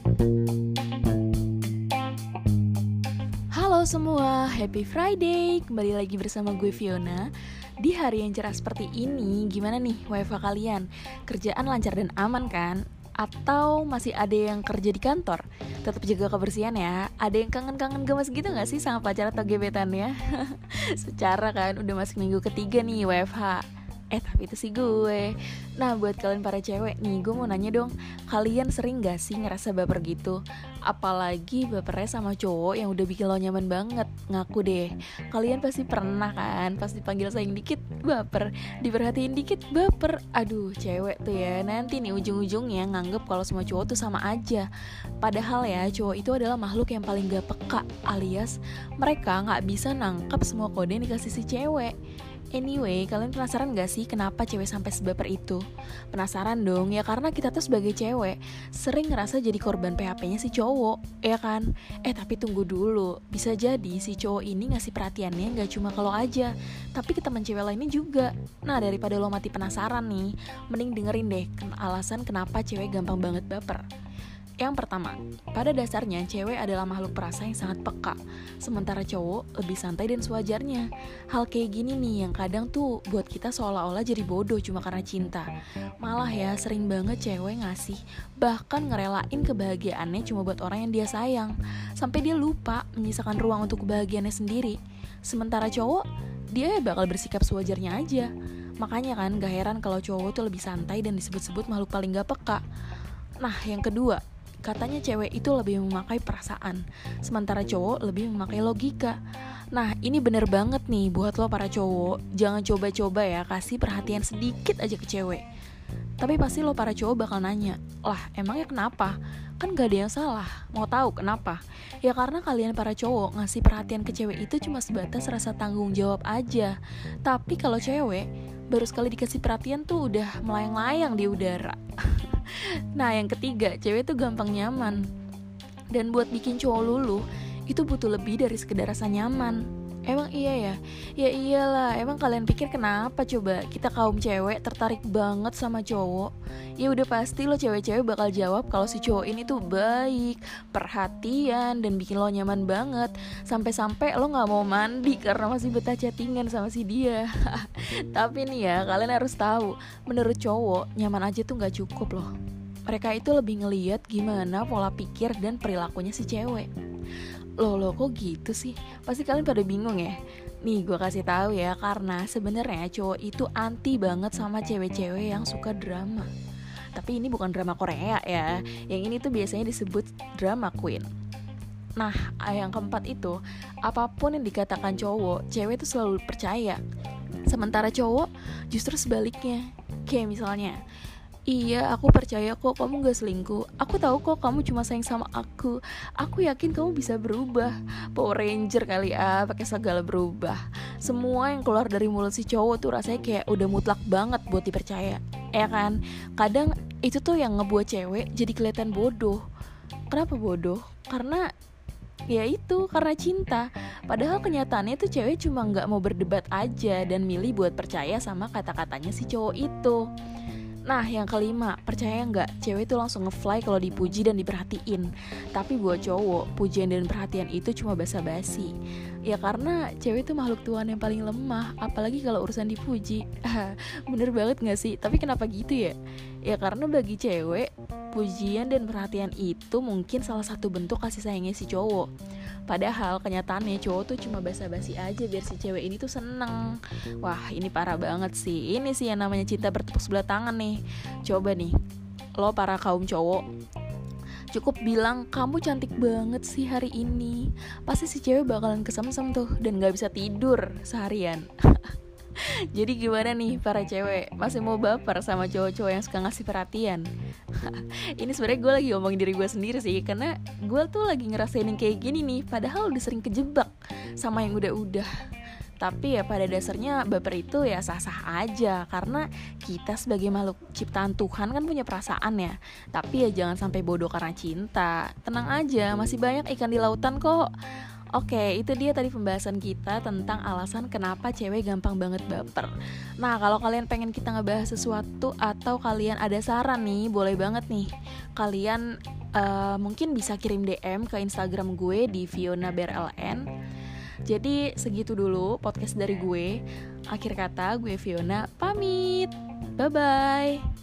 Halo semua, happy Friday. Kembali lagi bersama gue Fiona. Di hari yang cerah seperti ini, gimana nih WFH kalian? Kerjaan lancar dan aman kan? Atau masih ada yang kerja di kantor? Tetap jaga kebersihan ya. Ada yang kangen-kangen gemes gitu gak sih sama pacar atau gebetannya? Secara kan udah masuk minggu ketiga nih WFH. Tapi itu sih gue. Nah, buat kalian para cewek nih, gue mau nanya dong, kalian sering gak sih ngerasa baper gitu? Apalagi bapernya sama cowok yang udah bikin lo nyaman banget. Ngaku deh, kalian pasti pernah kan, pas dipanggil sayang dikit baper, diperhatiin dikit baper. Aduh, cewek tuh ya, nanti nih ujung-ujungnya nganggep kalau semua cowok tuh sama aja. Padahal ya, cowok itu adalah makhluk yang paling gak peka, alias mereka gak bisa nangkep semua kode yang dikasih si cewek. Anyway, kalian penasaran gak sih kenapa cewek sampai sebaper itu? Penasaran dong, ya karena kita tuh sebagai cewek sering ngerasa jadi korban PHP-nya si cowok, ya kan? Tapi tunggu dulu, bisa jadi si cowok ini ngasih perhatiannya gak cuma kalau aja, tapi ke teman cewek lainnya juga. Nah, daripada lo mati penasaran nih, mending dengerin deh alasan kenapa cewek gampang banget baper. Yang pertama, pada dasarnya cewek adalah makhluk perasa yang sangat peka, sementara cowok lebih santai dan sewajarnya. Hal kayak gini nih yang kadang tuh buat kita seolah-olah jadi bodoh cuma karena cinta. Malah ya sering banget cewek ngasih, bahkan ngerelain kebahagiaannya cuma buat orang yang dia sayang, sampai dia lupa menyisakan ruang untuk kebahagiaannya sendiri. Sementara cowok, dia bakal bersikap sewajarnya aja. Makanya kan gak heran kalau cowok tuh lebih santai dan disebut-sebut makhluk paling gak peka. Nah, yang kedua, katanya cewek itu lebih memakai perasaan, sementara cowok lebih memakai logika. Nah, ini bener banget nih buat lo para cowok. Jangan coba-coba ya kasih perhatian sedikit aja ke cewek. Tapi pasti lo para cowok bakal nanya, lah emangnya kenapa? Kan gak ada yang salah. Mau tahu kenapa? Ya karena kalian para cowok ngasih perhatian ke cewek itu cuma sebatas rasa tanggung jawab aja. Tapi kalau cewek, baru sekali dikasih perhatian tuh udah melayang-layang di udara. Nah, yang ketiga, cewek tuh gampang nyaman. Dan buat bikin cowok luluh, itu butuh lebih dari sekedar rasa nyaman. Emang iya ya? Ya iyalah, emang kalian pikir kenapa coba kita kaum cewek tertarik banget sama cowok? Ya udah pasti lo cewek-cewek bakal jawab kalau si cowok ini tuh baik, perhatian, dan bikin lo nyaman banget. Sampai-sampai lo gak mau mandi karena masih betah chattingan sama si dia. Tapi nih ya, kalian harus tahu, menurut cowok, nyaman aja tuh gak cukup loh. Mereka itu lebih ngeliat gimana pola pikir dan perilakunya si cewek. Loh kok gitu sih? Pasti kalian pada bingung ya. Nih gue kasih tahu ya, karena sebenarnya cowok itu anti banget sama cewek-cewek yang suka drama. Tapi ini bukan drama Korea ya. Yang ini tuh biasanya disebut drama queen. Nah, yang keempat itu, apapun yang dikatakan cowok, cewek tuh selalu percaya. Sementara cowok justru sebaliknya. Kayak misalnya, iya, aku percaya kok kamu gak selingkuh. Aku tahu kok kamu cuma sayang sama aku. Aku yakin kamu bisa berubah. Power Ranger kali pakai segala berubah. Semua yang keluar dari mulut si cowok tuh rasanya kayak udah mutlak banget buat dipercaya. Ya kan? Kadang itu tuh yang ngebuat cewek jadi kelihatan bodoh. Kenapa bodoh? Karena ya itu, karena cinta. Padahal kenyataannya tuh cewek cuma gak mau berdebat aja dan milih buat percaya sama kata-katanya si cowok itu. Nah, yang kelima, percaya nggak, cewek tuh langsung nge-fly kalau dipuji dan diperhatiin. Tapi buat cowok, pujian dan perhatian itu cuma basa-basi. Ya karena cewek tuh makhluk Tuhan yang paling lemah, apalagi kalau urusan dipuji. Bener banget nggak sih? Tapi kenapa gitu ya? Ya karena bagi cewek, pujian dan perhatian itu mungkin salah satu bentuk kasih sayangnya si cowok. Padahal kenyataannya cowok tuh cuma basa-basi aja biar si cewek ini tuh seneng. Wah, ini parah banget sih. Ini sih yang namanya cinta bertepuk sebelah tangan nih. Coba nih, lo para kaum cowok, cukup bilang kamu cantik banget sih hari ini, pasti si cewek bakalan kesemsem tuh dan gak bisa tidur seharian. Jadi gimana nih para cewek, masih mau baper sama cowok-cowok yang suka ngasih perhatian? Ini sebenarnya gue lagi ngomongin diri gue sendiri sih, karena gue tuh lagi ngerasain yang kayak gini nih. Padahal udah sering kejebak sama yang udah-udah. Tapi ya pada dasarnya baper itu ya sah-sah aja, karena kita sebagai makhluk ciptaan Tuhan kan punya perasaan ya. Tapi ya jangan sampai bodoh karena cinta. Tenang aja, masih banyak ikan di lautan kok. Oke, itu dia tadi pembahasan kita tentang alasan kenapa cewek gampang banget baper. Nah, kalau kalian pengen kita ngebahas sesuatu atau kalian ada saran nih, boleh banget nih kalian mungkin bisa kirim DM ke Instagram gue di FionaBRLN. Jadi segitu dulu podcast dari gue. Akhir kata, gue Fiona pamit. Bye-bye.